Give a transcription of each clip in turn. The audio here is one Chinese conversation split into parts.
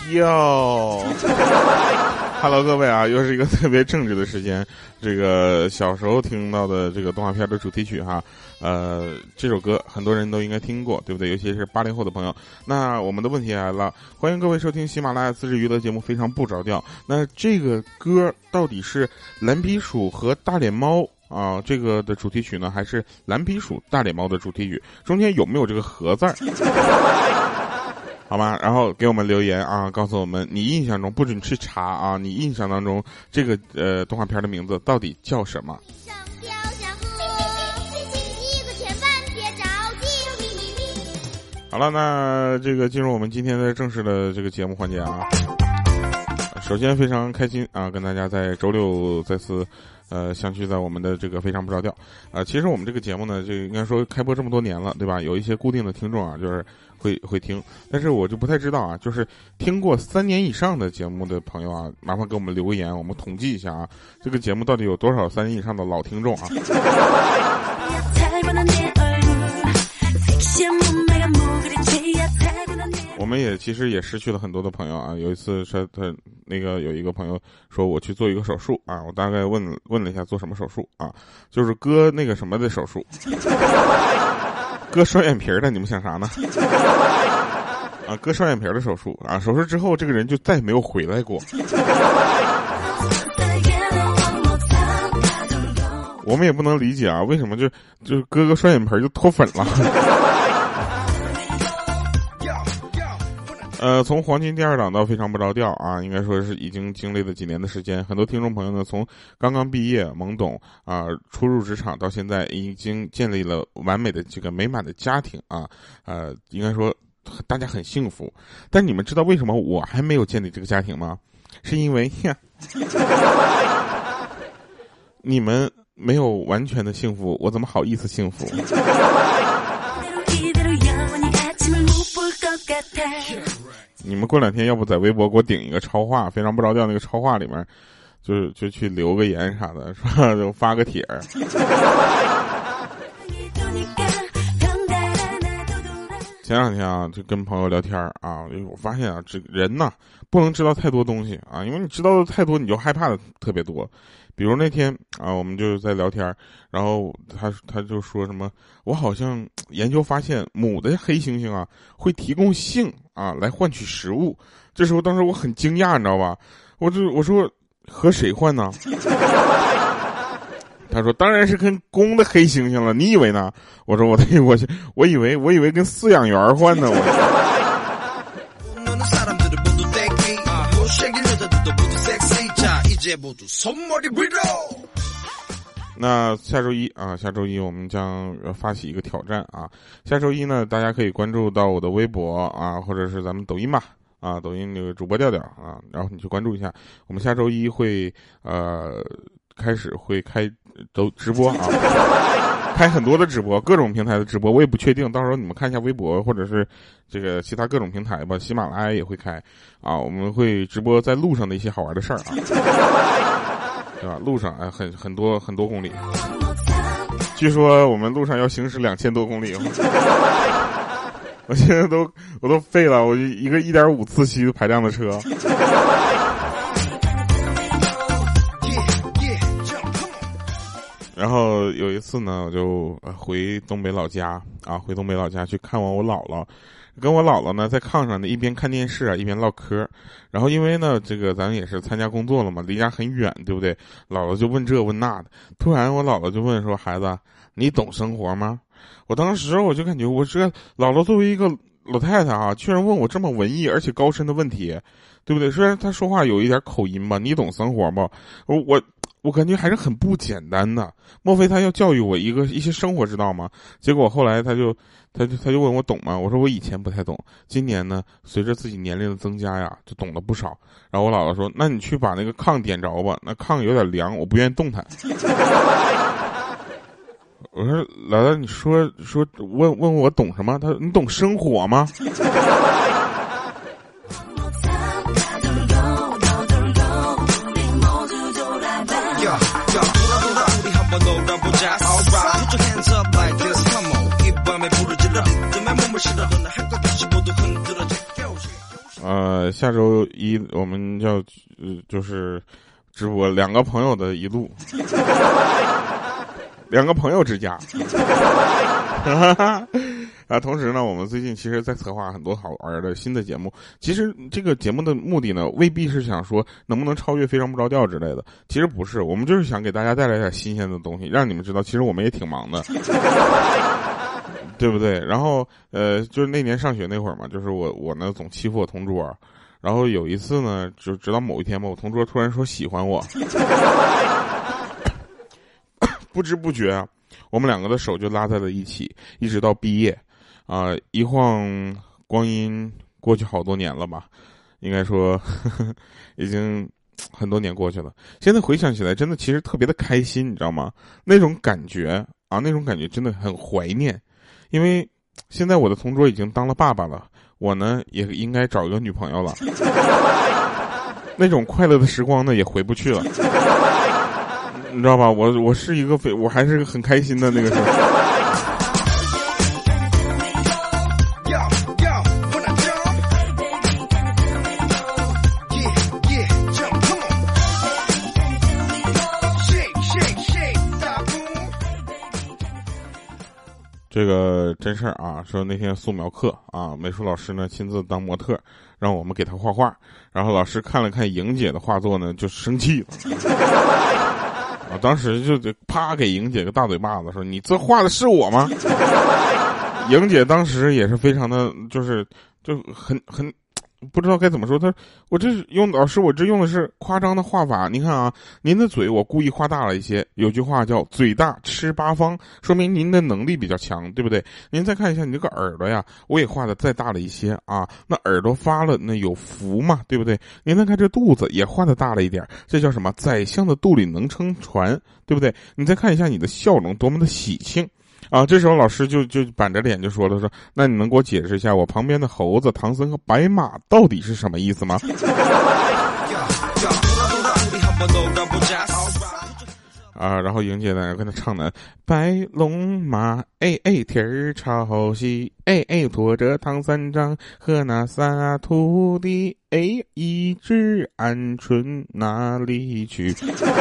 哟，Hello 各位啊，又是一个特别正直的时间。这个小时候听到的这个动画片的主题曲哈，这首歌很多人都应该听过，对不对？尤其是80后的朋友。那我们的问题来了，欢迎各位收听喜马拉雅自制娱乐节目《非常不着调》。那这个歌到底是蓝皮鼠和大脸猫啊这个的主题曲呢，还是蓝皮鼠大脸猫的主题曲？中间有没有这个和字儿？好吗？然后给我们留言啊，告诉我们你印象中，不准去查啊，你印象当中这个动画片的名字到底叫什么？好了，那这个进入我们今天的正式的这个节目环节啊。首先非常开心啊，跟大家在周六再次相聚在我们的这个非常不着调其实我们这个节目呢，这个应该说开播这么多年了，对吧？有一些固定的听众啊，就是会听，但是我就不太知道啊，就是听过3年以上的节目的朋友啊，麻烦给我们留个言，我们统计一下啊，这个节目到底有多少3年以上的老听众啊？我们也其实也失去了很多的朋友啊。有一次说他那个有一个朋友说我去做一个手术啊，我大概问了一下做什么手术啊，就是割那个什么的手术，割双眼皮的，你们想啥呢？啊，割双眼皮的手术啊，手术之后这个人就再也没有回来过。我们也不能理解啊，为什么就割个双眼皮就脱粉了？从黄金第2档到非常不着调啊，应该说是已经经历了几年的时间。很多听众朋友呢，从刚刚毕业懵懂啊，初入职场到现在，已经建立了完美的这个美满的家庭啊，应该说大家很幸福。但你们知道为什么我还没有建立这个家庭吗？是因为你们没有完全的幸福，我怎么好意思幸福？你们过2天要不在微博给我顶一个超话，非常不着调那个超话里面就去留个言啥的，是吧？就发个帖儿。前2天啊，就跟朋友聊天啊，我发现啊，这人呐不能知道太多东西啊，因为你知道的太多，你就害怕的特别多。比如那天啊，我们就在聊天，然后他就说什么，我好像研究发现母的黑猩猩啊会提供性啊来换取食物。这时候当时我很惊讶，你知道吧？我说和谁换呢？他说当然是跟公的黑猩猩了，你以为呢？我说我以为跟饲养员换呢。那下周一我们将发起一个挑战啊。下周一呢，大家可以关注到我的微博啊，或者是咱们抖音吧啊，抖音那个主播调调啊，然后你去关注一下。我们下周一会开始会开直播啊，开很多的直播，各种平台的直播，我也不确定，到时候你们看一下微博或者是这个其他各种平台吧，喜马拉雅也会开啊，我们会直播在路上的一些好玩的事儿啊，对吧？路上很多公里，据说我们路上要行驶2000多公里，我现在我都废了，我一个1.5次吸排量的车。然后有一次呢，我就回东北老家去看望我姥姥，跟我姥姥呢在炕上呢一边看电视啊一边唠嗑。然后因为呢这个咱也是参加工作了嘛，离家很远，对不对？姥姥就问这问那的，突然我姥姥就问说，孩子你懂生活吗？我当时我就感觉我这姥姥作为一个老太太啊，居然问我这么文艺而且高深的问题，对不对？虽然她说话有一点口音吧，你懂生活吗？我感觉还是很不简单的，莫非他要教育我一些生活之道吗？结果后来他就问我懂吗？我说我以前不太懂，今年呢随着自己年龄的增加呀，就懂了不少。然后我姥姥说，那你去把那个炕点着吧，那炕有点凉，我不愿意动弹。我说姥姥，你说问我懂什么？他说你懂生活吗？ 下周一我们要就是直播两个朋友的一路，两个朋友之家。同时呢，我们最近其实在策划很多好玩的新的节目。其实这个节目的目的呢，未必是想说能不能超越非常不着调之类的，其实不是，我们就是想给大家带来点新鲜的东西，让你们知道其实我们也挺忙的。对不对？然后就是那年上学那会儿嘛，就是我呢总欺负我同桌，然后有一次呢，就直到某一天吧，我同桌突然说喜欢我，不知不觉我们两个的手就拉在了一起，一直到毕业。一晃光阴过去好多年了吧，应该说已经很多年过去了。现在回想起来，真的其实特别的开心，你知道吗？那种感觉真的很怀念。因为现在我的同桌已经当了爸爸了，我呢也应该找一个女朋友了，那种快乐的时光呢也回不去了，你知道吧？我是一个我还是很开心的那个时候。这个真事儿啊，说那天素描课啊，美术老师呢亲自当模特，让我们给他画画，然后老师看了看莹姐的画作呢，就生气了，当时就啪给莹姐个大嘴巴子，说你这画的是我吗？莹姐当时也是非常的，就很不知道该怎么说，我这用老师，我这用的是夸张的画法。你看啊，您的嘴我故意画大了一些，有句话叫嘴大吃八方，说明您的能力比较强，对不对？您再看一下你这个耳朵呀，我也画的再大了一些啊，那耳朵发了那有福嘛，对不对？您再看这肚子也画的大了一点，这叫什么？宰相的肚里能撑船，对不对？你再看一下你的笑容多么的喜庆。这时候老师就板着脸就说了，说那你能给我解释一下我旁边的猴子、唐僧和白马到底是什么意思吗？然后莹姐在那跟他唱的白龙马，蹄儿朝西，驮着唐三藏和那仨徒弟，一直鹌鹑哪里去？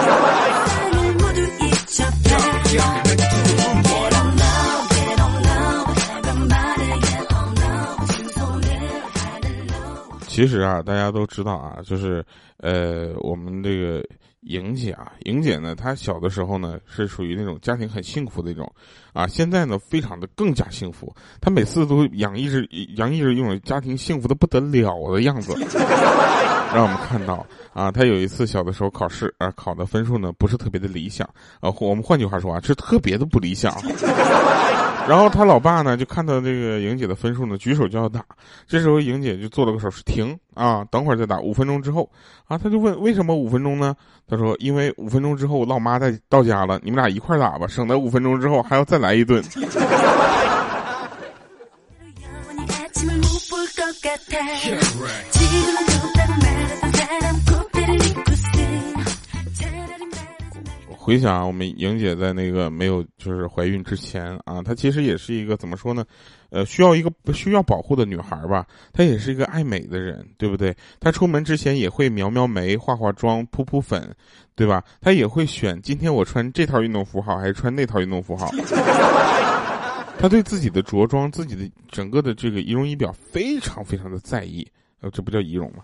其实啊，大家都知道啊，就是我们这个莹姐呢，她小的时候呢是属于那种家庭很幸福的那种现在呢非常的更加幸福，她每次都洋溢着一种家庭幸福的不得了的样子，让我们看到她有一次小的时候考试考的分数呢不是特别的理想我们换句话说是特别的不理想。然后他老爸呢就看到这个莹姐的分数呢，举手就要打。这时候莹姐就做了个手势停等会儿再打，5分钟之后他就问为什么5分钟呢？他说因为5分钟之后老妈到家了，你们俩一块打吧，省得5分钟之后还要再来一顿。回想我们莹姐在那个没有就是怀孕之前她其实也是一个怎么说呢，需要保护的女孩吧，她也是一个爱美的人，对不对？她出门之前也会描描眉、化化妆、扑扑粉，对吧？她也会选今天我穿这套运动服好还是穿那套运动服好。她对自己的着装、自己的整个的这个仪容仪表非常非常的在意，这不叫仪容吗？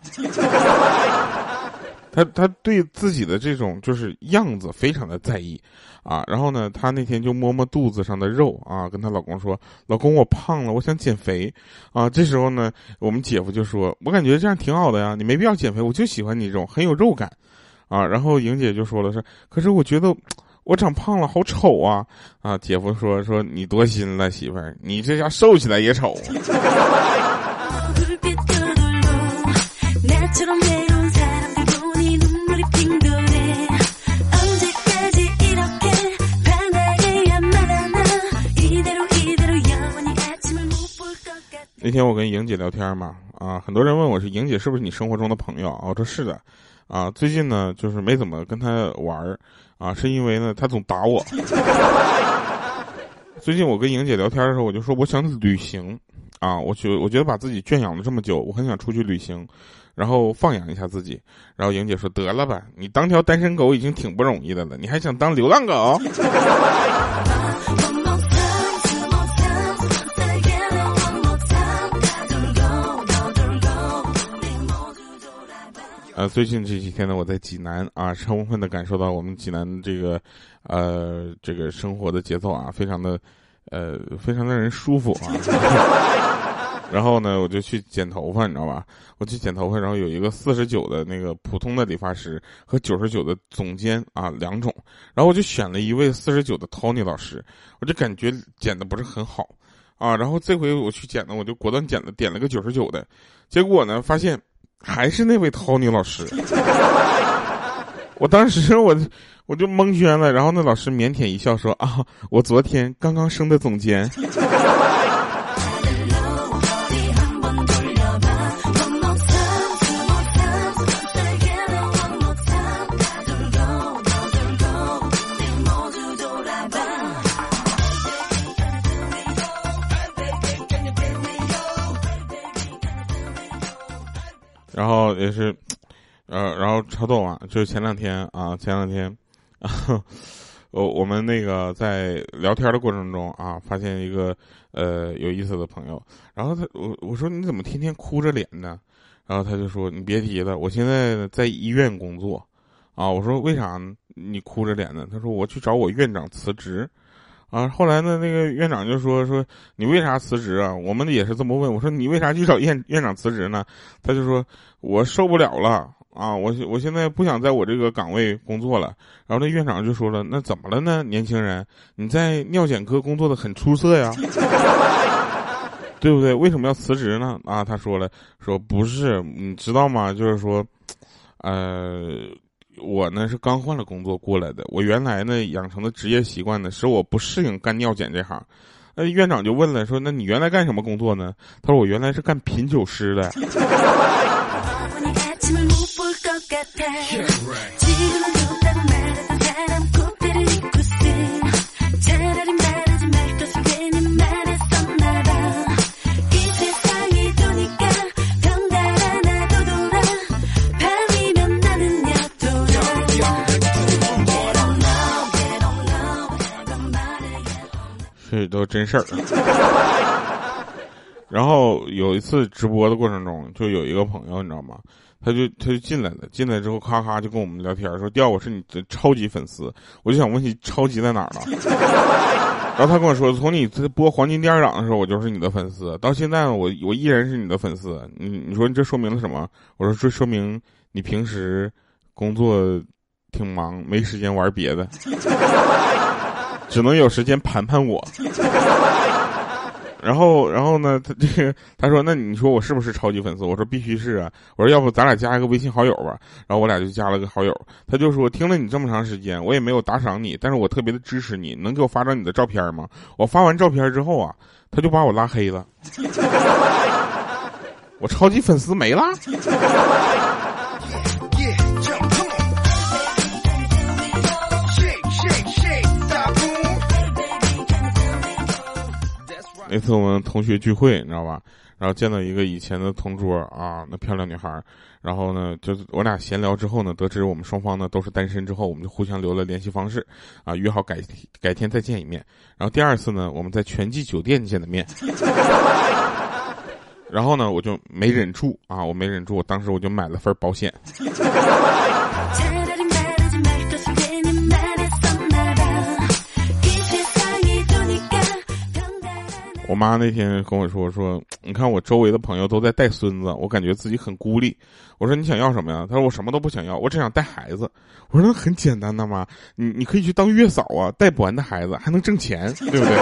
他对自己的这种就是样子非常的在意然后呢他那天就摸摸肚子上的肉跟她老公说，老公我胖了，我想减肥这时候呢我们姐夫就说，我感觉这样挺好的呀，你没必要减肥，我就喜欢你这种很有肉感然后莹姐就说了可是我觉得我长胖了好丑姐夫说你多心了媳妇儿，你这下瘦起来也丑。那天我跟莹姐聊天嘛很多人问我是莹姐是不是你生活中的朋友我说是的最近呢就是没怎么跟她玩是因为呢她总打我。最近我跟莹姐聊天的时候，我就说我想旅行啊，我觉得把自己圈养了这么久，我很想出去旅行，然后放养一下自己。然后莹姐说得了吧，你当条单身狗已经挺不容易的了，你还想当流浪狗？最近这几天呢，我在济南啊，充分的感受到我们济南这个生活的节奏啊，非常的让人舒服啊。然后呢，我就去剪头发，你知道吧？我去剪头发，然后有一个49的那个普通的理发师和99的总监啊两种，然后我就选了一位49的 Tony 老师，我就感觉剪的不是很好啊。然后这回我去剪呢，我就果断点了个99的，结果呢发现还是那位 Tony 老师。我当时我就蒙圈了，然后那老师腼腆一笑说啊，我昨天刚刚升的总监。然后也是，然后超逗啊！就是前两天，我们那个在聊天的过程中啊，发现一个有意思的朋友，然后我说你怎么天天哭着脸呢？然后他就说你别提了，我现在在医院工作，啊，我说为啥你哭着脸呢？他说我去找我院长辞职。啊，后来呢，那个院长就说你为啥辞职啊？我们也是这么问，我说你为啥去找院长辞职呢？他就说我受不了了啊，我现在不想在我这个岗位工作了。然后那院长就说了，那怎么了呢？年轻人，你在尿检科工作的很出色呀，对不对？为什么要辞职呢？啊，他说不是，你知道吗？就是说，我呢是刚换了工作过来的，我原来呢养成的职业习惯呢使我不适应干尿检这行。院长就问了，说那你原来干什么工作呢？他说我原来是干品酒师的。这都真事儿。然后有一次直播的过程中，就有一个朋友，你知道吗？他就进来了，进来之后咔咔就跟我们聊天，说调我是你的超级粉丝。我就想问你超级在哪儿了？然后他跟我说，从你播黄金第二档的时候我就是你的粉丝，到现在我依然是你的粉丝。你说你这说明了什么？我说这说明你平时工作挺忙，没时间玩别的，只能有时间盘我。然后呢，他说那你说我是不是超级粉丝？我说必须是啊。我说要不咱俩加一个微信好友吧。然后我俩就加了个好友。他就说听了你这么长时间，我也没有打赏你，但是我特别的支持你，能给我发张你的照片吗？我发完照片之后啊，他就把我拉黑了。我超级粉丝没了。那次我们同学聚会，你知道吧？然后见到一个以前的同桌啊，那漂亮女孩。然后呢，就是我俩闲聊之后呢，得知我们双方呢都是单身之后，我们就互相留了联系方式，啊，约好改天再见一面。然后第二次呢，我们在全季酒店见的面。然后呢，我就没忍住啊，我当时我就买了份保险。我妈那天跟我说你看我周围的朋友都在带孙子，我感觉自己很孤立。我说你想要什么呀？她说我什么都不想要，我只想带孩子。我说那很简单的嘛，你可以去当月嫂啊，带不完的孩子还能挣钱，对不对？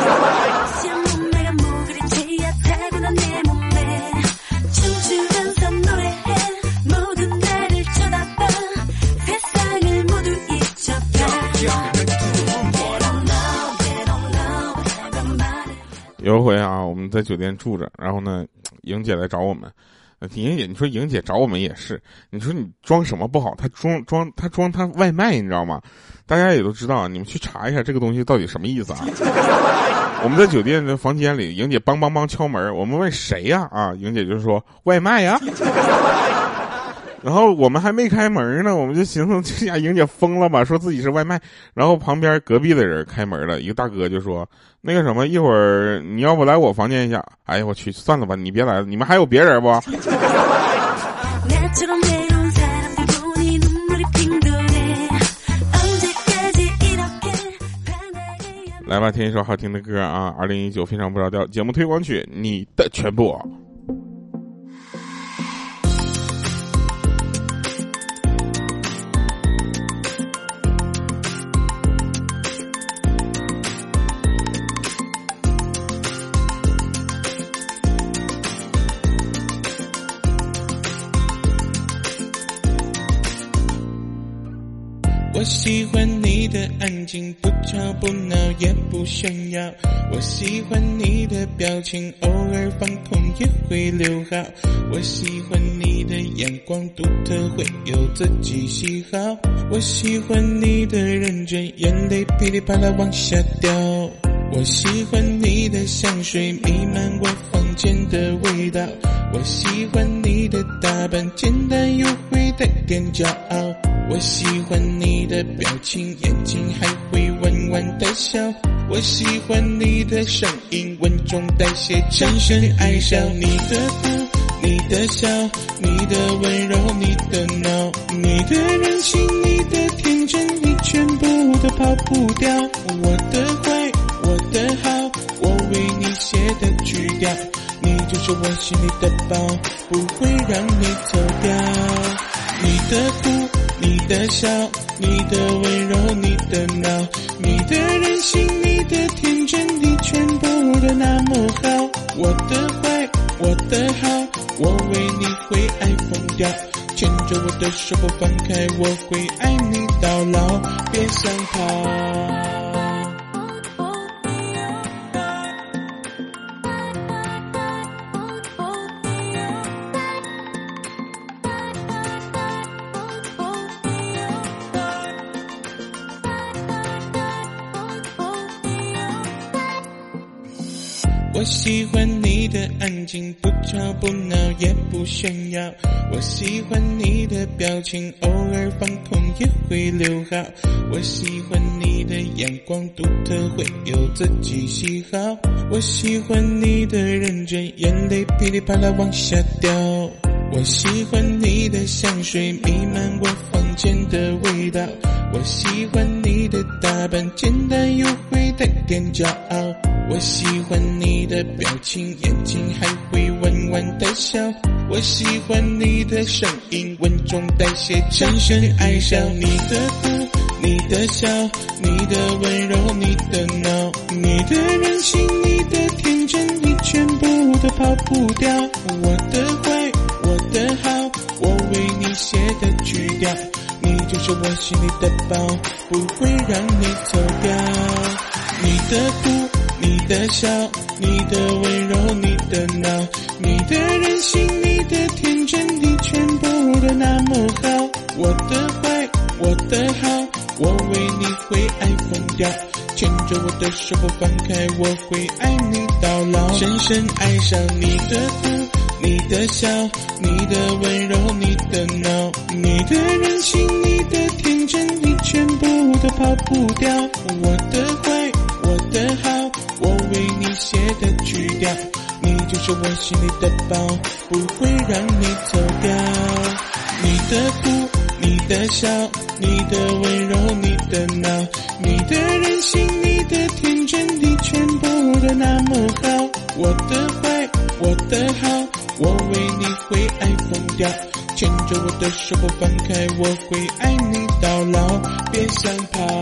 有一回啊，我们在酒店住着，然后呢，莹姐来找我们。莹姐，你说莹姐找我们也是，你说你装什么不好？她装她外卖，你知道吗？大家也都知道，你们去查一下这个东西到底什么意思啊？ 我们在酒店的房间里，莹姐梆梆梆敲门，我们问谁呀？莹姐就说外卖呀。然后我们还没开门呢，我们就寻思这下莹姐疯了吧，说自己是外卖。然后旁边隔壁的人开门了，一个大哥就说那个什么，一会儿你要不来我房间一下？哎呀我去，算了吧，你别来了，你们还有别人不？来吧，听一首好听的歌啊！2019非常不着调节目推广曲，你的全部。 我喜欢你的安静，不吵不闹也不炫耀。我喜欢你的表情，偶尔放空也会留好。我喜欢你的眼光独特，会有自己喜好。我喜欢你的认真，眼泪噼里啪啦往下掉。我喜欢你的香水弥漫我房间的味道。我喜欢你的打扮，简单又会带点骄傲。我喜欢你的表情，眼睛还会弯弯的笑。我喜欢你的声音，稳重带些深深爱上你的哭，你的笑，你的温柔，你的闹，你的任性，你的天真，你全部都跑不掉。我的坏，我的好，我为你写的曲调，你就是我心里的宝，不会让你走掉。你的哭，你的笑，你的温柔，你的闹，你的任性，你的天真，你全部都那么好。我的坏，我的好，我为你会爱疯掉。牵着我的手不放开，我会爱你到老，别想跑。我喜欢你的安静，不吵不闹也不炫耀。我喜欢你的表情，偶尔放空也会留好。我喜欢你的眼光独特，会有自己喜好。我喜欢你的认真，眼泪噼里啪啦往下掉。我喜欢你的香水弥漫我房间的味道。我喜欢你的打扮，简单又会带点骄傲。我喜欢你的表情，眼睛还会弯弯的笑。我喜欢你的声音，稳重带些深深爱上你的哭，你的笑，你的温柔，你的闹，你的任性，你的天真，你全部都跑不掉。我的坏，我的好，我为你写的曲调，你就是我心里的宝，不会让你走掉。你的哭，你的笑，你的温柔，你的闹，你的任性，你的天真，你全部都那么好。我的坏，我的好，我为你会爱疯掉。牵着我的手不放开，我会爱你到老，深深爱上你的哭，你的笑，你的温柔，你的闹，你的任性，你的天真，你全部都跑不掉。我的坏，我的好，我为你写的曲调，你就是我心里的宝，不会让你走掉。你的哭，你的笑，你的温柔，你的闹，你的任性，你的天真，你全部都那么好。我的坏，我的好，我为你会爱疯掉。牵着我的手不放开，我会爱你到老，别想跑。